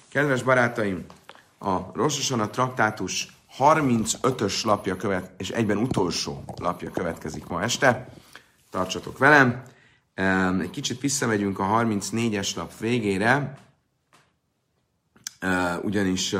Kedves barátaim, a Rosh Hashana traktátus 35-ös lapja és egyben utolsó lapja következik ma este. Tartsatok velem. Egy kicsit visszamegyünk a 34-es lap végére, ugyanis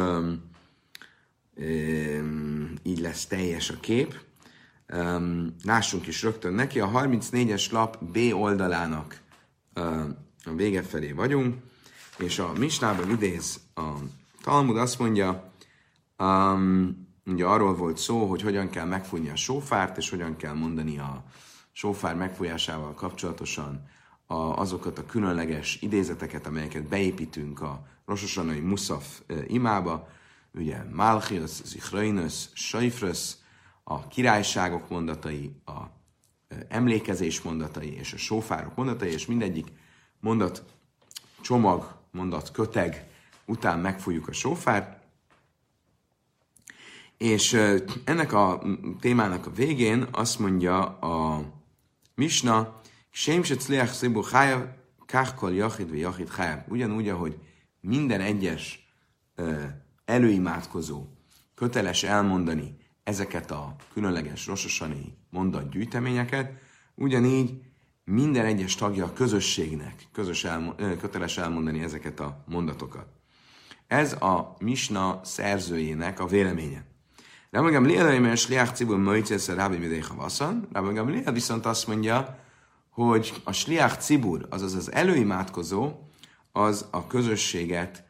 így lesz teljes a kép. Lássunk is rögtön neki. A 34-es lap B oldalának a vége felé vagyunk, és a Misnában idéz a Talmud, azt mondja, ugye arról volt szó, hogy hogyan kell megfújni a sófárt, és hogyan kell mondani a sófár megfújásával kapcsolatosan azokat a különleges idézeteket, amelyeket beépítünk a Rosh Hashanai Musaf imába, ugye Malchios, Zichroinus, Shofros, a királyságok mondatai, a emlékezés mondatai és a sófárok mondatai, és mindegyik mondat csomag, mondat köteg után megfújjuk a sófárt. És ennek a témának a végén azt mondja a Misna, ugyanúgy, ahogy minden egyes előimádkozó köteles elmondani ezeket a különleges Rosh Hashanai mondatgyűjteményeket, ugyanígy minden egyes tagja a közösségnek köteles elmondani ezeket a mondatokat. Ez a Misna szerzőjének a véleménye. Rabban Gamliel sliach cibur moitzes Rabbi Midei Havaszan. Rabban Gamliel viszont azt mondja, hogy a sliach cibur, azaz az előimádkozó, az a közösséget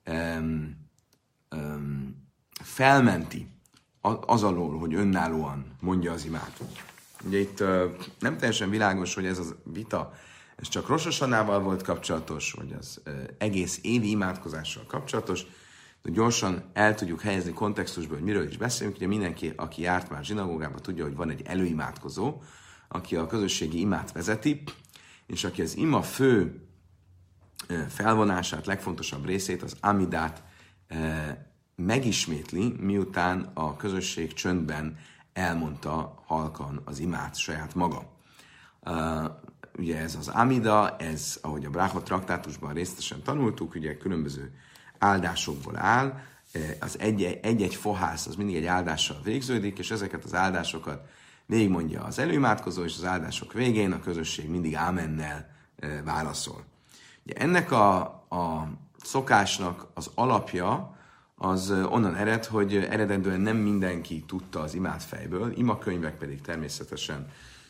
felmenti az alól, hogy önállóan mondja az imát. Ugye itt nem teljesen világos, hogy ez a vita, ez csak Rosh Hashanával volt kapcsolatos, vagy az egész évi imádkozással kapcsolatos, de gyorsan el tudjuk helyezni kontextusban, hogy miről is beszélünk. Ugye mindenki, aki járt már zsinagógába, tudja, hogy van egy előimádkozó, aki a közösségi imát vezeti, és aki az ima fő felvonását, legfontosabb részét, az amidát megismétli, miután a közösség csöndben elmondta halkan az imát saját maga. Ugye ez az amida, ez, ahogy a Bráchot traktátusban részletesen tanultuk, ugye különböző áldásokból áll, az egy-egy fohász az mindig egy áldással végződik, és ezeket az áldásokat végigmondja az előimádkozó, és az áldások végén a közösség mindig ámennel válaszol. Ugye ennek a szokásnak az alapja az onnan ered, hogy eredendően nem mindenki tudta az imát fejből, imakönyvek pedig természetesen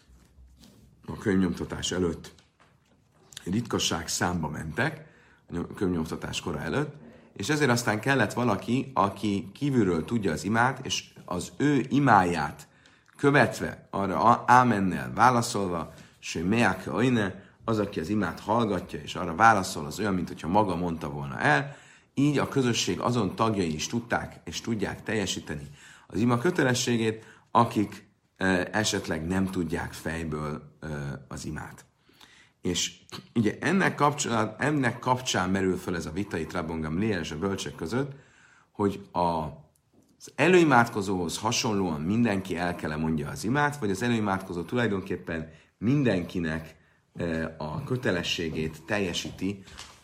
a könyvnyomtatás előtt ritkasság számba mentek, a könyvnyomtatás kora előtt, és ezért aztán kellett valaki, aki kívülről tudja az imát, és az ő imáját követve, arra ámennel válaszolva, meake oine, az, aki az imát hallgatja, és arra válaszol, az olyan, mint hogyha maga mondta volna el, így a közösség azon tagjai is tudták, és tudják teljesíteni az ima kötelességét, akik esetleg nem tudják fejből az imát. És ugye ennek kapcsán merül fel ez a vita itt Rabban Gamliel és a bölcsek között, hogy az előimádkozóhoz hasonlóan mindenki el kell mondja az imát, vagy az előimádkozó tulajdonképpen mindenkinek a kötelességét teljesíti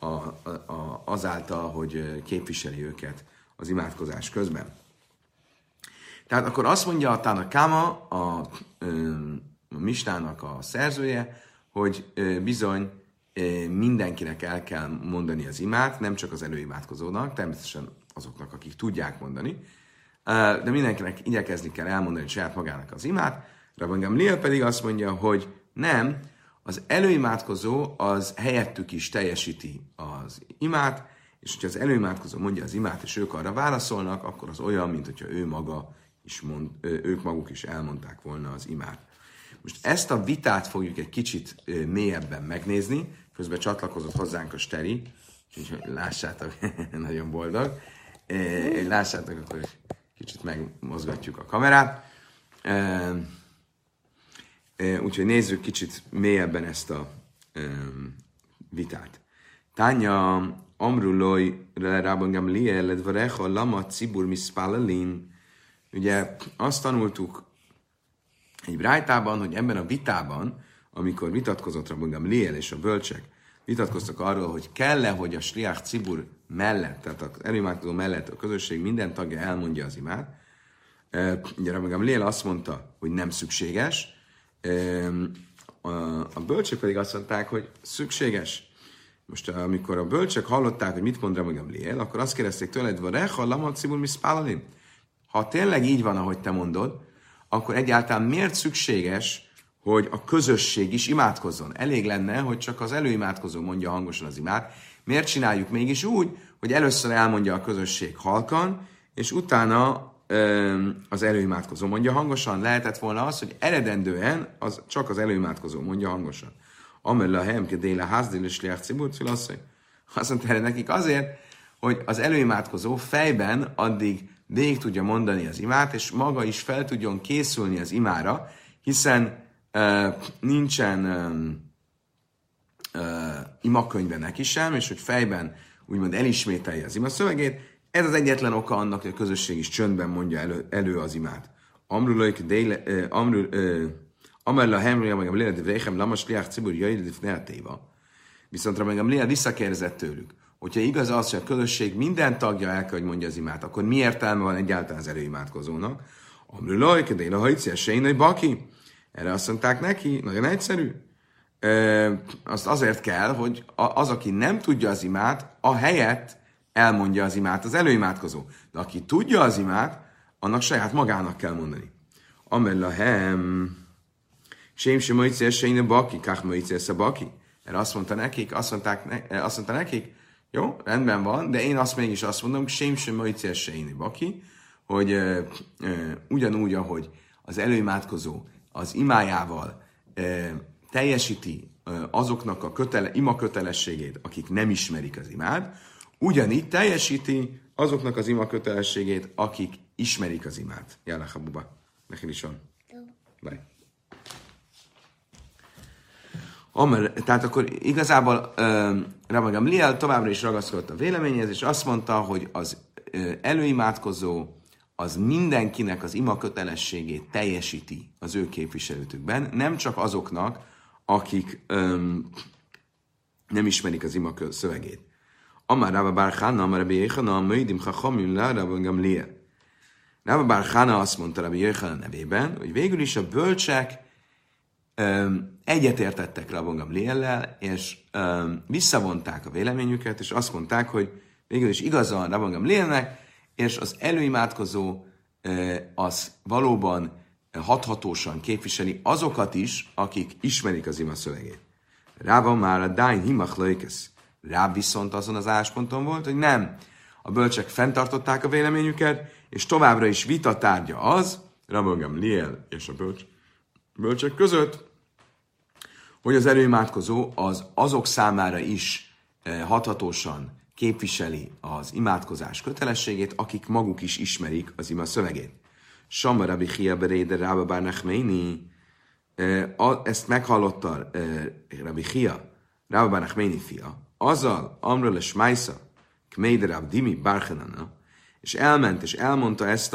azáltal, hogy képviseli őket az imádkozás közben. Tehát akkor azt mondja a Tana Kama, a Misnának a szerzője, hogy bizony mindenkinek el kell mondani az imát, nem csak az előimádkozónak, természetesen azoknak, akik tudják mondani, de mindenkinek igyekezni kell elmondani saját magának az imát. Rabban Gamliel pedig azt mondja, hogy nem, az előimádkozó az helyettük is teljesíti az imát, és hogyha az előimádkozó mondja az imát, és ők arra válaszolnak, akkor az olyan, mint hogyha ők maguk is elmondták volna az imát. Most ezt a vitát fogjuk egy kicsit mélyebben megnézni, közben csatlakozott hozzánk a Steri, úgyhogy lássátok, nagyon boldog. Lássátok, akkor kicsit megmozgatjuk a kamerát. Úgyhogy nézzük kicsit mélyebben ezt a vitát. Tánya Amruloj Rabban Gamliel ledvarecha lama cibur mispalelin. Ugye azt tanultuk egy brájtában, hogy ebben a vitában, amikor vitatkozott Rabban Gamliel és a bölcsek, vitatkoztak arról, hogy kell-e, hogy a sliach cibur mellett, tehát az előimádkozó mellett a közösség minden tagja elmondja az imát. Ugye Rabbi Gamliel azt mondta, hogy nem szükséges, a bölcsek pedig azt mondták, hogy szükséges. Most amikor a bölcsek hallották, hogy mit mond Rabbi Gamliel, akkor azt kérdezték tőle, ha tényleg így van, ahogy te mondod, akkor egyáltalán miért szükséges, hogy a közösség is imádkozzon? Elég lenne, hogy csak az előimádkozó mondja hangosan az imát. Miért csináljuk mégis úgy, hogy először elmondja a közösség halkan, és utána az előimádkozó mondja hangosan? Lehetett volna az, hogy eredendően csak az előimádkozó mondja hangosan. Amellé a helyem kedéle házdél és liach ciburt filasszony. Azt mondta erre nekik azért, hogy az előimádkozó fejben addig végig tudja mondani az imát, és maga is fel tudjon készülni az imára, hiszen nincsen imakönyve neki sem, és hogy fejben úgymond elismételje az ima szövegét. Ez az egyetlen oka annak, hogy a közösség is csöndben mondja elő az imát. Amellé a hemrője, meg a lélet vréhem, lamas liach cibur, jöjjön nehatéva. Viszont Rabbi Gamliel visszakérdezett tőlük, hogyha igaz az, hogy a közösség minden tagja el kell, hogy mondja az imát, akkor mi értelme van egyáltalán az előimádkozónak? Amrulaj, kedél a hajcia, sejnőj baki. Erre azt mondták neki, nagyon egyszerű. Azt azért kell, hogy az, aki nem tudja az imát, a helyett elmondja az imát az előimádkozó. De aki tudja az imát, annak saját magának kell mondani. Amellahem, sem mojcél sejnőj baki, kach mojcél baki. Erre azt mondta nekik, jó, rendben van, de én mégis azt mondom, sem mojcél sejnőj baki, hogy ugyanúgy, ahogy az előimádkozó az imájával teljesíti azoknak a ima kötelességét, akik nem ismerik az imát, ugyanígy teljesíti azoknak az ima kötelességét, akik ismerik az imát. Jálá, Habuba. Neked is van. Bye. Tehát akkor igazából Rabbi Gamliel továbbra is ragaszkodott a véleményhez, és azt mondta, hogy az előimádkozó az mindenkinek az ima kötelességét teljesíti az ő képviselőtükben, nem csak azoknak, akik nem ismerik az ima szövegét. Amár Rabbi bar Chana, amár Rabbi Yochanan, möjdim chachamim le Rabbi Gamliel. Rabbi bar Chana azt mondta Rabbi Yochanan nevében, hogy végül is a bölcsek egyetértettek Rabbi Gamliellel, és visszavonták a véleményüket, és azt mondták, hogy végül is igaza van Rabbi Gamlielnek, és az előimádkozó az valóban hathatósan képviseli azokat is, akik ismerik az ima szövegét. Ráva már a dáin himach lőkesz. Ráb viszont azon az állásponton volt, hogy nem. A bölcsek fenntartották a véleményüket, és továbbra is vita tárgya az, Rabbi Gamliel és a bölcsek között, hogy az előimádkozó az azok számára is hathatósan képviseli az imádkozás kötelességét, akik maguk is ismerik az ima szövegét. Samar Rabbi Chia beréde Rába bar Nachmani, ezt meghallotta Rabbi Chia, Rába bar Nachmani fia, azzal Amra le Smájsza, Kmeide Rab Dimi bar Chanana, és elment és elmondta ezt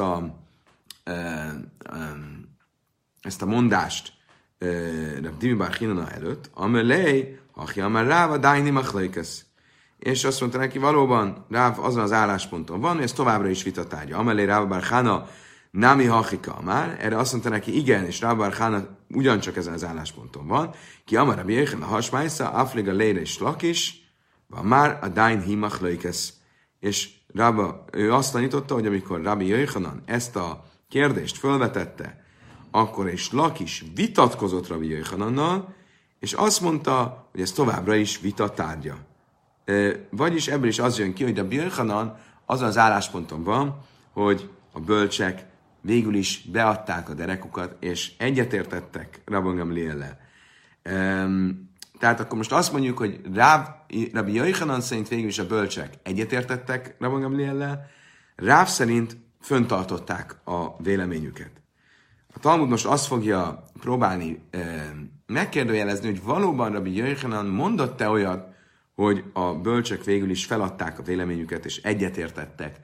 a mondást Rab Dimi bar Chanana előtt, Amelej, Hachia már Ráva Dájni Machlaikesz. És azt mondta neki, valóban Ráv azon az állásponton van, és ez továbbra is vitatárgya. Amelé Ráv bar Chana námi hachika már, erre azt mondta neki, igen, és Ráv bar Chana ugyancsak ezen az állásponton van. Ki amar Rabbi Yochanan a hasmájsza, afliga leire és lakis, van már a dain himach löjkesz. És Rába, ő azt tanította, hogy amikor Rabbi Yochanan ezt a kérdést fölvetette, akkor és Lakis vitatkozott Rabbi Yochanannal, és azt mondta, hogy ez továbbra is vitatárgya. Vagyis ebből is az jön ki, hogy Rabbi Yochanan azon az állásponton van, hogy a bölcsek végül is beadták a derekukat, és egyetértettek Rabbi Gamliellel. Tehát akkor most azt mondjuk, hogy Rabbi Yochanan szerint végül is a bölcsek egyetértettek Rabbi Gamliellel, Ráv szerint föntartották a véleményüket. A Talmud most azt fogja próbálni megkérdőjelezni, hogy valóban Rabbi Yochanan mondott-e olyat, hogy a bölcsek végül is feladták a véleményüket, és egyetértettek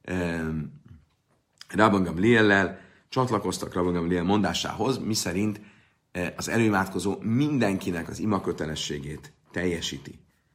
Rabbi Gamliellel, csatlakoztak Rabbi Gamliel mondásához, miszerint az előimádkozó mindenkinek az ima kötelességét teljesíti.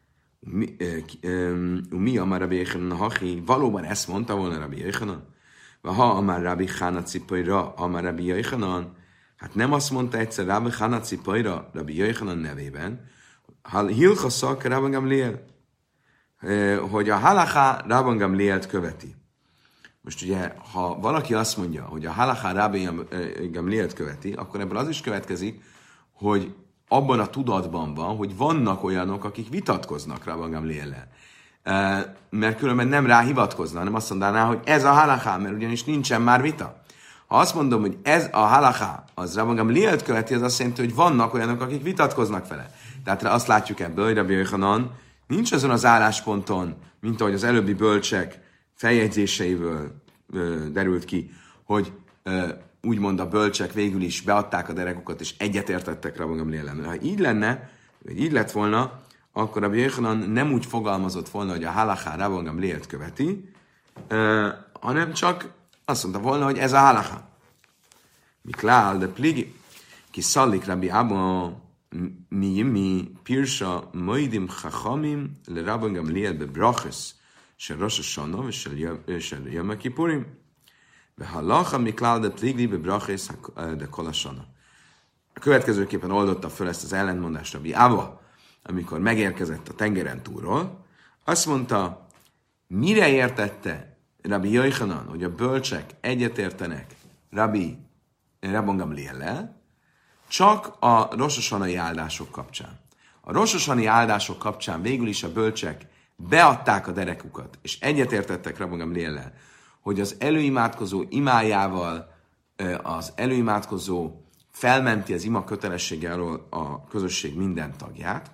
Mi amar Rabbi Yochanan hachi, valóban ezt mondta volna Rabbi Yochanan? Ha amar Rabbi Chana Cipajra, amar Rabbi Yochanan, hát nem azt mondta egyszer Rabbi Chana Cipajra, Rabbi Yochanan nevében, Hilcha szak Rabban Gamliel, hogy a halacha Rabban Gamlielt követi. Most ugye, ha valaki azt mondja, hogy a halacha Rabban Gamlielt követi, akkor ebből az is következik, hogy abban a tudatban van, hogy vannak olyanok, akik vitatkoznak Rabban Gamliellel. Mert különben nem rá hivatkozna, hanem azt mondaná, hogy ez a halacha, mert ugyanis nincsen már vita. Ha azt mondom, hogy ez a halacha, az Rabban Gamlielt követi, az azt jelenti, hogy vannak olyanok, akik vitatkoznak vele. Tehát azt látjuk ebből, hogy Rabbi Yochanan nincs azon az állásponton, mint ahogy az előbbi bölcsek feljegyzéseiből derült ki, hogy úgymond a bölcsek végül is beadták a derekukat, és egyetértettek Rabban Gamliellel. Ha így lenne, vagy így lett volna, akkor Rabbi Yochanan nem úgy fogalmazott volna, hogy a halacha Rabban Gamlielt követi, hanem csak azt mondta volna, hogy ez a halacha. Miklál, de pligi, ki szallik Rabbi Abba, mi pirsa moidim chachamim le Rabban Gamliel bebrachas של ראש השנה ושל יום הכיפורים. והלכה מכלל דפליגלי בברachis de kol השנה. A következőképpen oldotta föl ezt az ellentmondást Rabbi Abba, amikor megérkezett a tengeren túlról, azt mondta, mire értette Rabbi Yochanan, hogy a bölcsek egyetértenek Rabban Gamliellel, csak a Rosh Hashanai áldások kapcsán. A Rosh Hashanai áldások kapcsán végül is a bölcsek beadták a derekukat, és egyetértettek Rabban Gamliellel, hogy az előimádkozó imájával az előimádkozó felmenti az ima kötelessége alól a közösség minden tagját,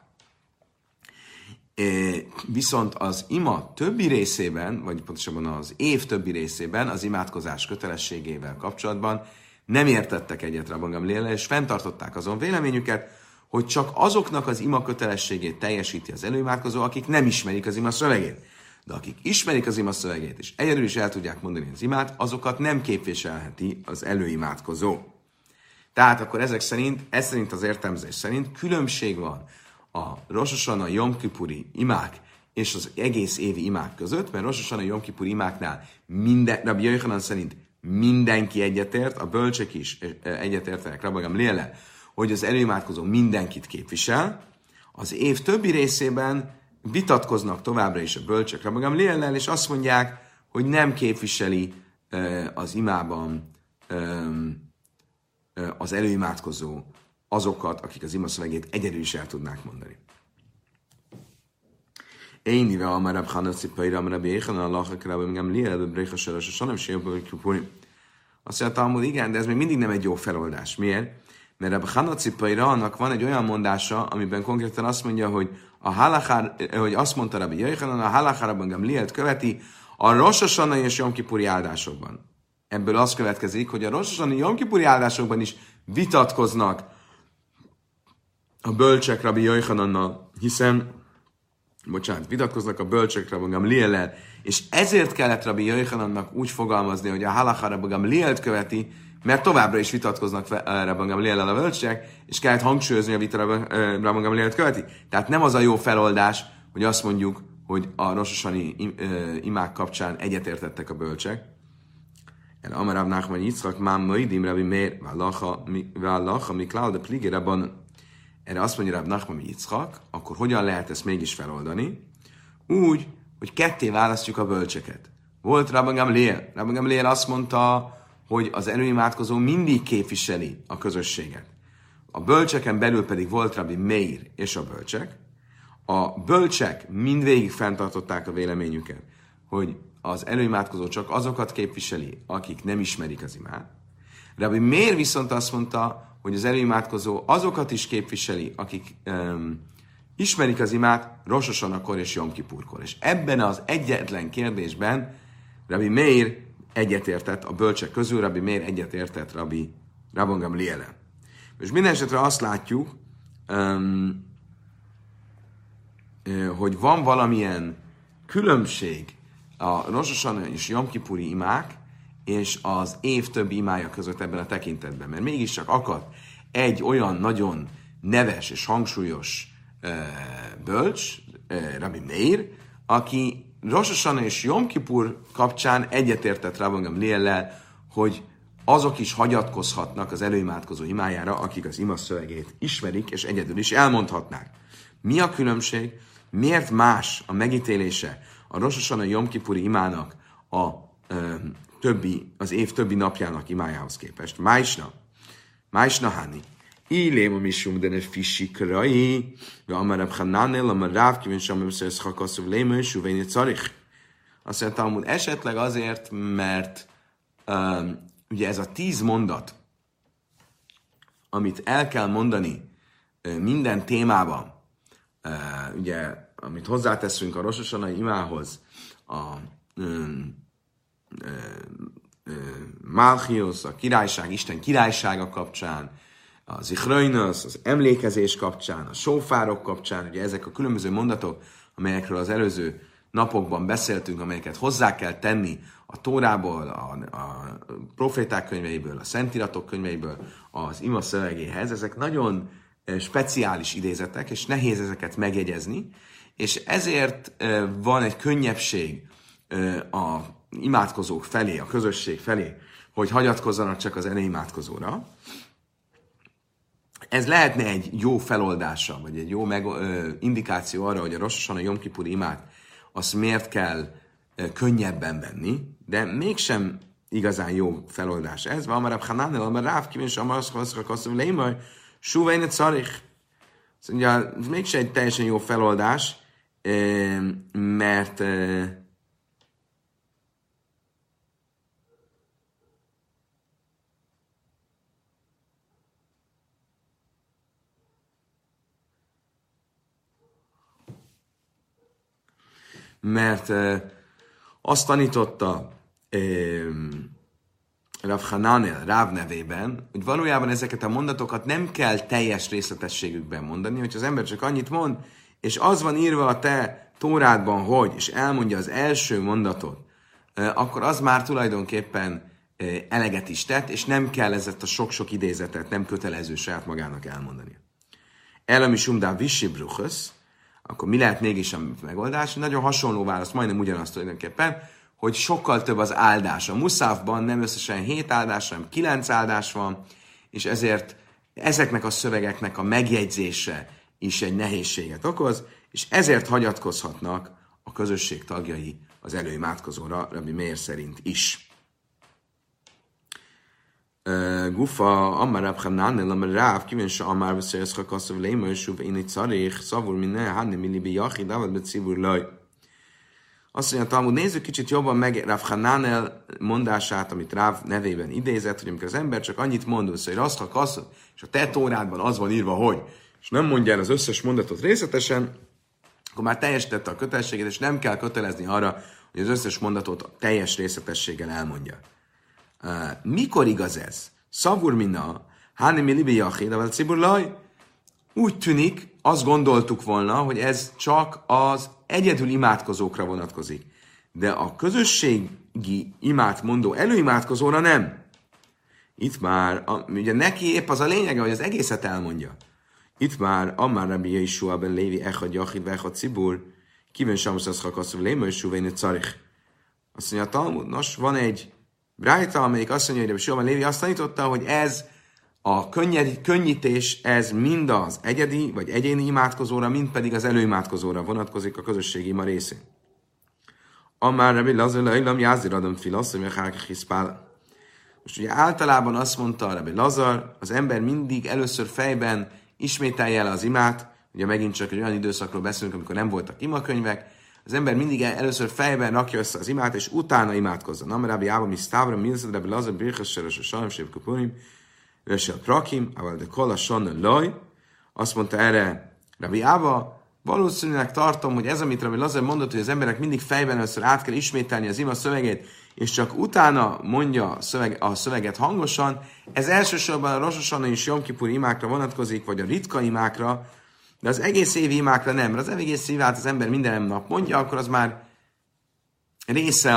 viszont az ima többi részében, vagy pontosabban az év többi részében az imádkozás kötelességével kapcsolatban nem értettek egyet Rabban Gamliellel, és fenntartották azon véleményüket, hogy csak azoknak az ima kötelességét teljesíti az előimádkozó, akik nem ismerik az ima szövegét. De akik ismerik az ima szövegét, és egyedül is el tudják mondani az imát, azokat nem képviselheti az előimádkozó. Tehát akkor ez szerint az értelmezés szerint különbség van a Rosh Hashanah Jom Kipuri imák és az egész évi imák között, mert Rosh Hashanah Jom Kipuri imáknál Rabbi Yochanan szerint mindenki egyetért, a bölcsek is egyetértenek Rabban Gamliellel, hogy az előimádkozó mindenkit képvisel, az év többi részében vitatkoznak továbbra is a bölcsek Rabban Gamliellel, és azt mondják, hogy nem képviseli az imában az előimádkozó azokat, akik az ima szövegét egyedül is el tudnák mondani. Énive amar Rab Chana Cipajra, amar Rabbi Yochanan, Allahak Rabban Gamliel, bebrecha seres a sanem, se jobb kipurim. Azt mondja, Talmud, igen, de ez még mindig nem egy jó feloldás. Miért? Mert Rab Chana Cipajra annak van egy olyan mondása, amiben konkrétan azt mondja, hogy hogy azt mondta Rabbi Yochanan, a halacha Rabban Gamlielt követi a Rosh Hashanah és Jom Kipuri áldásokban. Ebből az következik, hogy a Rosh Hashanah Jom Kipuri áldásokban is vitatkoznak a bölcsek Rabbi Yochanannal, vitatkoznak a bölcsek Rabban Gamliellel, és ezért kellett Rabbi Yochanannak úgy fogalmazni, hogy a halacha Rabban Gamlielt követi, mert továbbra is vitatkoznak Rabban Gamliellel a bölcsek, és kellett hangsúlyozni, hogy a vita Rabban Gamlielt követi. Tehát nem az a jó feloldás, hogy azt mondjuk, hogy a Rosh Hashanai imák kapcsán egyetértettek a bölcsek. Amar Rav Nachman Yitzchak, Mám Moidim Rabbi Meir, Vállacha Miklál, de Pligé Rabban. Erre azt mondja Rav Nachman Yitzchak, akkor hogyan lehet ezt mégis feloldani? Úgy, hogy ketté választjuk a bölcseket. Volt Rabban Gamliel. Rabban Gamliel azt mondta, hogy az előimádkozó mindig képviseli a közösséget. A bölcseken belül pedig volt Rabbi Meir és a bölcsek. A bölcsek mindvégig fenntartották a véleményüket, hogy az előimádkozó csak azokat képviseli, akik nem ismerik az imát. Rabbi Meir viszont azt mondta, hogy az előimádkozó azokat is képviseli, akik ismerik az imát Rosh Hashanah-kor és Jom Kipurkor. És ebben az egyetlen kérdésben Rabbi Meir egyetértett a bölcsek közül, Rabbi Meir egyetértett Rabban Gamliellel. És minden esetre azt látjuk, hogy van valamilyen különbség a Rosh Hashanah és Jom Kipuri imák és az év többi imája között ebben a tekintetben. Mert mégiscsak akad egy olyan nagyon neves és hangsúlyos bölcs, Rabbi Meir, aki Rosh Hashanah és Jom Kipur kapcsán egyetértett Rabban Gamliellel, hogy azok is hagyatkozhatnak az előimádkozó imájára, akik az ima szövegét ismerik, és egyedül is elmondhatnák. Mi a különbség? Miért más a megítélése a Rosh Hashanah Jom Kipuri imának az év többi napjának imájához képest? Májsna Hani. Illém a misum dene fisikrai, ve amarab Hananel, amar Ráv, kivén sem beszélsz hakaszov lémő, suvéni carich. Azt mondja, Talmud, esetleg azért, mert ugye ez a 10 mondat, amit el kell mondani minden témában, ugye, amit hozzáteszünk a Rosh Hashanah imához, a Malchios, a királyság, Isten királysága kapcsán, a Zichrainos, az emlékezés kapcsán, a sófárok kapcsán, ugye ezek a különböző mondatok, amelyekről az előző napokban beszéltünk, amelyeket hozzá kell tenni a Tórából, a proféták könyveiből, a szentiratok könyveiből az ima szövegéhez, ezek nagyon speciális idézetek, és nehéz ezeket megjegyezni, és ezért van egy könnyebbség a imádkozók felé, a közösség felé, hogy hagyatkozzanak csak az előimádkozóra. Ez lehetne egy jó feloldása, vagy egy jó indikáció arra, hogy a Rosh Hashanah Jom Kipuri imát azt miért kell könnyebben venni, de mégsem igazán jó feloldás ez. Van már a Hanánel, amar Ráv, kivén sem azt lémaj, suvéne carich. Szóval ez mégsem egy teljesen jó feloldás, mert azt tanította Rav Hananel, Ráv nevében, hogy valójában ezeket a mondatokat nem kell teljes részletességükben mondani, hogy az ember csak annyit mond, és az van írva a te Tórádban, hogy, és elmondja az első mondatot, akkor az már tulajdonképpen eleget is tett, és nem kell ezt a sok-sok idézetet, nem kötelező saját magának elmondani. Elami sumdá vissi bruchos, akkor mi lehet mégis a megoldás? Nagyon hasonló válasz, majdnem ugyanazt tulajdonképpen, hogy sokkal több az áldás. A Muszávban nem összesen 7 áldás, hanem 9 áldás van, és ezért ezeknek a szövegeknek a megjegyzése is egy nehézséget okoz, és ezért hagyatkozhatnak a közösség tagjai az előimádkozóra, Rabbi Meir szerint is. Gufa, Amar Rab Hananel, Amar Ráv, kivén se Amar beszélsz hakaszov lémő, suv én itt szarich, szavul minne, hanni millibi jachid, avad becivur laj. Azt mondja, Talmud, nézzük kicsit jobban meg Rav Hananel mondását, amit Ráv nevében idézett, hogy amikor az ember csak annyit mond, hogy azt hakaszov, és a te Tórádban az van írva, hogy, és nem mondja el az összes mondatot részletesen, akkor már teljesítette a kötelességet, és nem kell kötelezni arra, hogy az összes mondatot teljes részletességgel elmondja. Mikor igaz ez? Szavur minna, háni mi libi jachid, avel cibur laj. Úgy tűnik, azt gondoltuk volna, hogy ez csak az egyedül imádkozókra vonatkozik. De a közösségi imát mondó előimádkozóra nem. Itt már, ugye neki épp az a lényege, hogy az egészet elmondja. Itt már, Ammar Rabbi Yeshua ben Lévi echad jachid ve echad cibur, kivén samuszász hakaszov lémő, suvéne carich. Azt mondja, a Talmud, nos, van egy Brájta, amelyik azt mondja, hogy Rabbi Shimon Lévi azt tanította, hogy ez a könnyítés, ez mind az egyedi vagy egyéni imádkozóra, mind pedig az előimádkozóra vonatkozik a közösségi ima részén. Amár Rabbi Lazar leillam jázir adom filasz, hogy hiszpál. Most ugye általában azt mondta Rabbi Lazar, az ember mindig először fejben ismételje el az imát, ugye megint csak egy olyan időszakról beszélünk, amikor nem voltak imakönyvek, az ember mindig először fejben rakja össze az imát, és utána imádkozza. Nem Rabbi Ába, mi Stavra, Milzad, Rabbi Lazar, Birches, Seres, a Salim, Sév Kupurim, Vesel Prakim, Aval de Kola, Sanna, Laj. Azt mondta erre Rabbi Ába, valószínűleg tartom, hogy ez, amit Rabbi Lazar mondott, hogy az emberek mindig fejben először át kell ismételni az ima szövegét, és csak utána mondja a szöveget hangosan, ez elsősorban a Rosh Hashanah és Jom Kipur imákra vonatkozik, vagy a ritka imákra, de az egész évi imákra nem, mert az egész évát az ember minden nap mondja, akkor az már része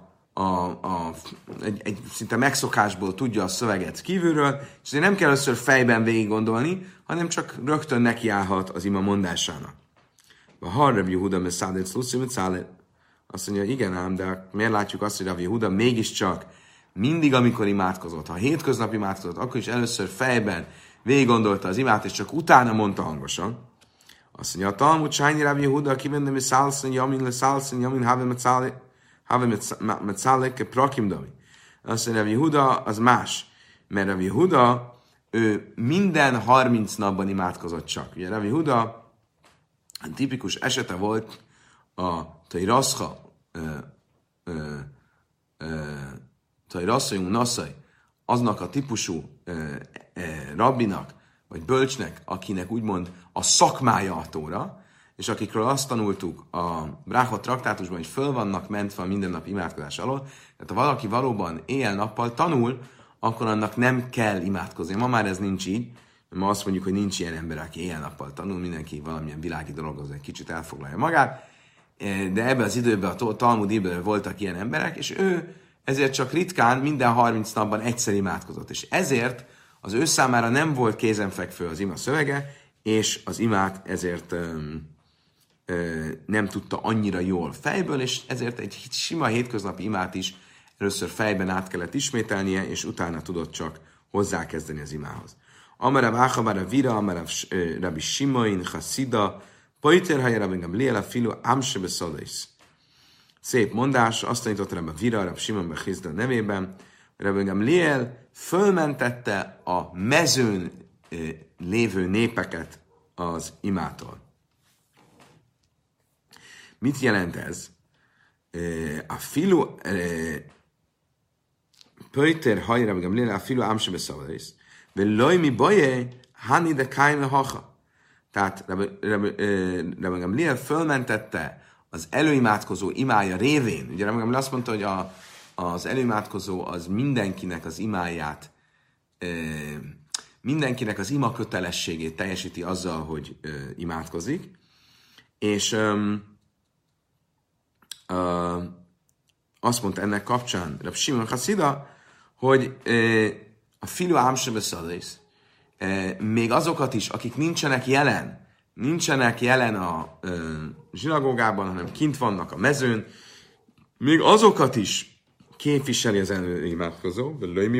egy szinte megszokásból tudja a szöveget kívülről, és azért nem kell először fejben végig gondolni, hanem csak rögtön nekiállhat az ima mondásának. Ha Rabbi Yehuda meszállít szluszim, azt mondja, igen ám, de miért látjuk azt, hogy Rabbi Yehuda mégiscsak mindig, amikor imádkozott, ha hétköznap imádkozott, akkor is először fejben végig gondolta az imát, és csak utána mondta hangosan. Azt mondja, a Talmud Sájni Rabbi Yehuda, kivenne mi szálszön, jamin le szálszön, jamin have metzálek prakim dami. Azt mondja, Rabbi Yehuda az más, mert Rabbi Yehuda ő minden 30 napban imádkozott csak. Ugye Rabbi Yehuda a tipikus esete volt a Tajrascha, Tajraszajunk Naszaj, aznak a típusú rabbinak, vagy bölcsnek, akinek úgymond a szakmája a Tóra, és akikről azt tanultuk a Bráchot traktátusban, hogy föl vannak mentve a mindennap imádkozás alól, tehát ha valaki valóban éjjel-nappal tanul, akkor annak nem kell imádkozni. Ma már ez nincs így, ma azt mondjuk, hogy nincs ilyen ember, aki éjjel-nappal tanul, mindenki valamilyen világi dologhoz egy kicsit elfoglalja magát, de ebben az időben, a Talmud időben voltak ilyen emberek, és ő ezért csak ritkán minden 30 napban egyszer imádkozott. És ezért az ő számára nem volt kézenfekvő az ima szövege, és az imát ezért nem tudta annyira jól fejből, és ezért egy sima hétköznapi imát is először fejben át kellett ismételnie, és utána tudott csak hozzákezdeni az imához. Amarav Áchavara Vira, Amarav Rabbi Simoin, Chasida, Poiter Haja Rabbi Gamliel, Filu Amse Beszadais. Szép mondás, azt tanította Rabbi Vira, Rabbi Simon Bechizda nevében, Rabbi Gamliel fölmentette a mezőn lévő népeket az imától. Mit jelent ez? A filu Pöjter Haja Rabbi Gamliel, a filu Amse Beszadais, Veloj mi boje, hani de kaime hacha. Tehát Rabbi Gamliel fölmentette az előimádkozó imája révén. Ugye Rabbi Gamliel azt mondta, hogy az előimádkozó az mindenkinek az imáját, mindenkinek az ima kötelességét teljesíti azzal, hogy imádkozik. És azt mondta ennek kapcsán Rabbi Simon Chasida, hogy a filu ámsebe szadész, még azokat is, akik nincsenek jelen a zsinagógában, hanem kint vannak a mezőn, még azokat is képviseli az előimádkozó,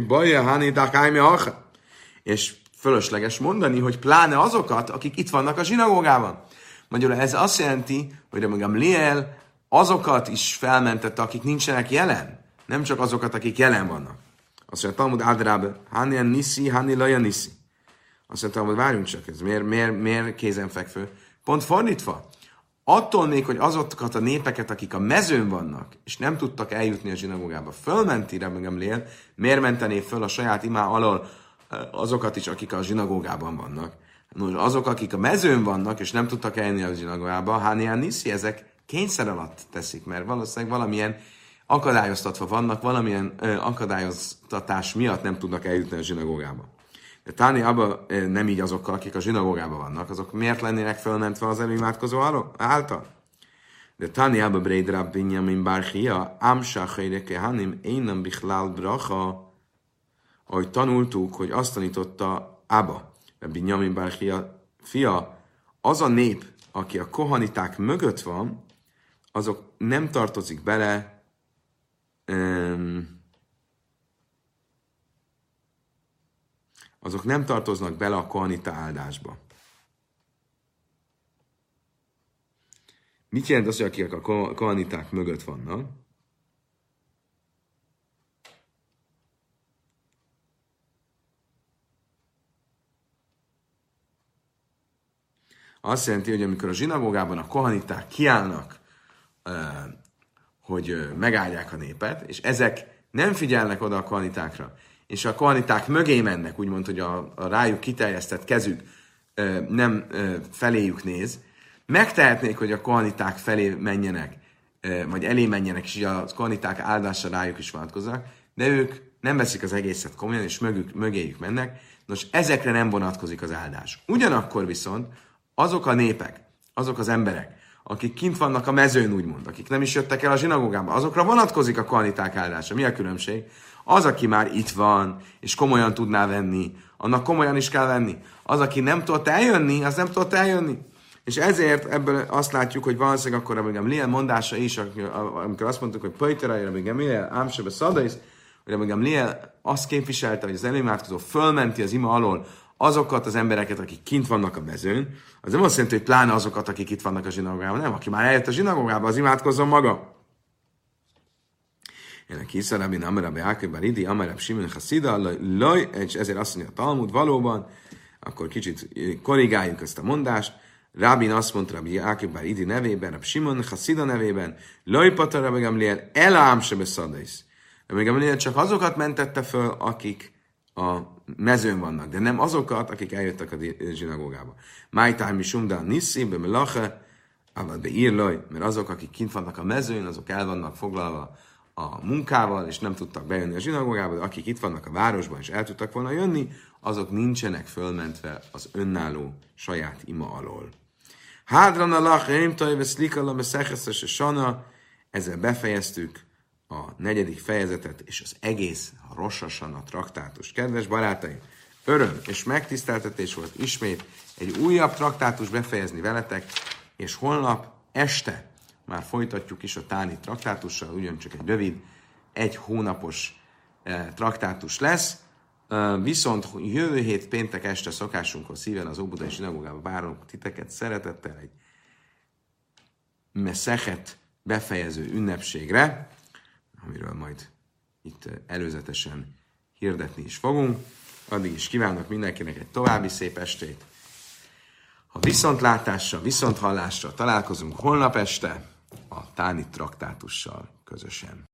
és fölösleges mondani, hogy pláne azokat, akik itt vannak a zsinagógában. Magyarul ez azt jelenti, hogy Rabbi Gamliel azokat is felmentette, akik nincsenek jelen, nem csak azokat, akik jelen vannak. Azt mondja, Talmud Adrábe, Hani Niszi, Hani Laja Niszi. Azt mondja, Talmud, várjunk csak, ez miért kézenfekvő? Pont fordítva. Attól még, hogy azokat a népeket, akik a mezőn vannak, és nem tudtak eljutni a zsinagógába, fölmenti Rabbi Gamliel, miért mentené föl a saját imá alól azokat is, akik a zsinagógában vannak? Nos, azok, akik a mezőn vannak, és nem tudtak eljönni a zsinagógába, Hani Niszi, ezek kényszer alatt teszik, mert valószínűleg valamilyen akadályoztatva vannak, valamilyen akadályoztatás miatt nem tudnak eljutni a zsinagógába. De Táni abban nem így azokkal, akik a zsinagógában vannak, azok miért lennének fölmentve az előimádkozó által? De Táni abban Breid Rabbi Binyamin Barchia, Amsa Chéreke Hanim, Énam Bichlál Bracha, ahogy tanultuk, hogy azt tanította Abba, Rabbi Binyamin Barchia fia, az a nép, aki a kohaniták mögött van, azok nem tartozik bele azok nem tartoznak bele a kohanita áldásba. Mit jelent az, hogy akik a kohaniták mögött vannak? Azt jelenti, hogy amikor a zsinagógában a kohaniták kiállnak, hogy megállják a népet, és ezek nem figyelnek oda a kohanitákra, és a kohaniták mögé mennek, úgymond, hogy a rájuk kiterjesztett kezük nem feléjük néz, megtehetnék, hogy a kohaniták felé menjenek, vagy elé menjenek, és így a kohaniták áldása rájuk is vonatkoznak, de ők nem veszik az egészet komolyan, és mögéjük mennek. Nos, ezekre nem vonatkozik az áldás. Ugyanakkor viszont azok a népek, azok az emberek, akik kint vannak a mezőn, úgymond, akik nem is jöttek el a zsinagógába, azokra vonatkozik a kohaniták áldása. Mi a különbség? Az, aki már itt van, és komolyan tudná venni, annak komolyan is kell venni. Az, aki nem tudott eljönni, az nem tudott eljönni. És ezért ebből azt látjuk, hogy valószínűleg akkor Rabbi Gamliel mondása is, amikor azt mondtuk, hogy Pöjterai Rabbi Gamliel, Ámsebe Szadais, hogy Rabbi Gamliel azt képviselte, hogy az előimádkozó fölmenti az ima alól azokat az embereket, akik kint vannak a mezőn, az nem azt jelenti, hogy pláne azokat, akik itt vannak a zsinagógában, nem, aki már eljött a zsinagógába, az imádkozzon maga. Ennek hiszen Rabbi Amarabi Ákő Baridi, Amarab Simon Haszida, és ezért azt mondja a Talmud valóban, akkor kicsit korrigáljuk ezt a mondást. Rabin azt mondta Rabbi Ákő Baridi nevében, Rabbi Simon Haszida nevében, Lojpata Rabbi Gamliel, Elám Sebe Szadais. Rabbi Gamliel csak azokat mentette föl, akik a mezőn vannak, de nem azokat, akik eljöttek a zsinagógába. Májtár Misumda Niszi, Bemelache, Avad Beírloj, mert azok, akik kint vannak a mezőn, azok el vannak foglalva a munkával, és nem tudtak bejönni a zsinagógába, de akik itt vannak a városban, és el tudtak volna jönni, azok nincsenek fölmentve az önálló saját ima alól. Hádran a lach, sana, ezzel befejeztük a 4. fejezetet, és az egész Rosh Hashanah traktátus. Kedves barátaim, öröm és megtiszteltetés volt ismét egy újabb traktátus befejezni veletek, és holnap este már folytatjuk is a Táni traktátussal, ugyancsak egy rövid, 1 hónapos traktátus lesz, viszont jövő hét péntek este szokásunkhoz szíven az Óbudai Zsinagógába várunk titeket szeretettel egy Meszechet befejező ünnepségre, amiről majd itt előzetesen hirdetni is fogunk. Addig is kívánok mindenkinek egy további szép estét. A viszontlátásra, viszonthallásra találkozunk holnap este a Táni traktátussal közösen.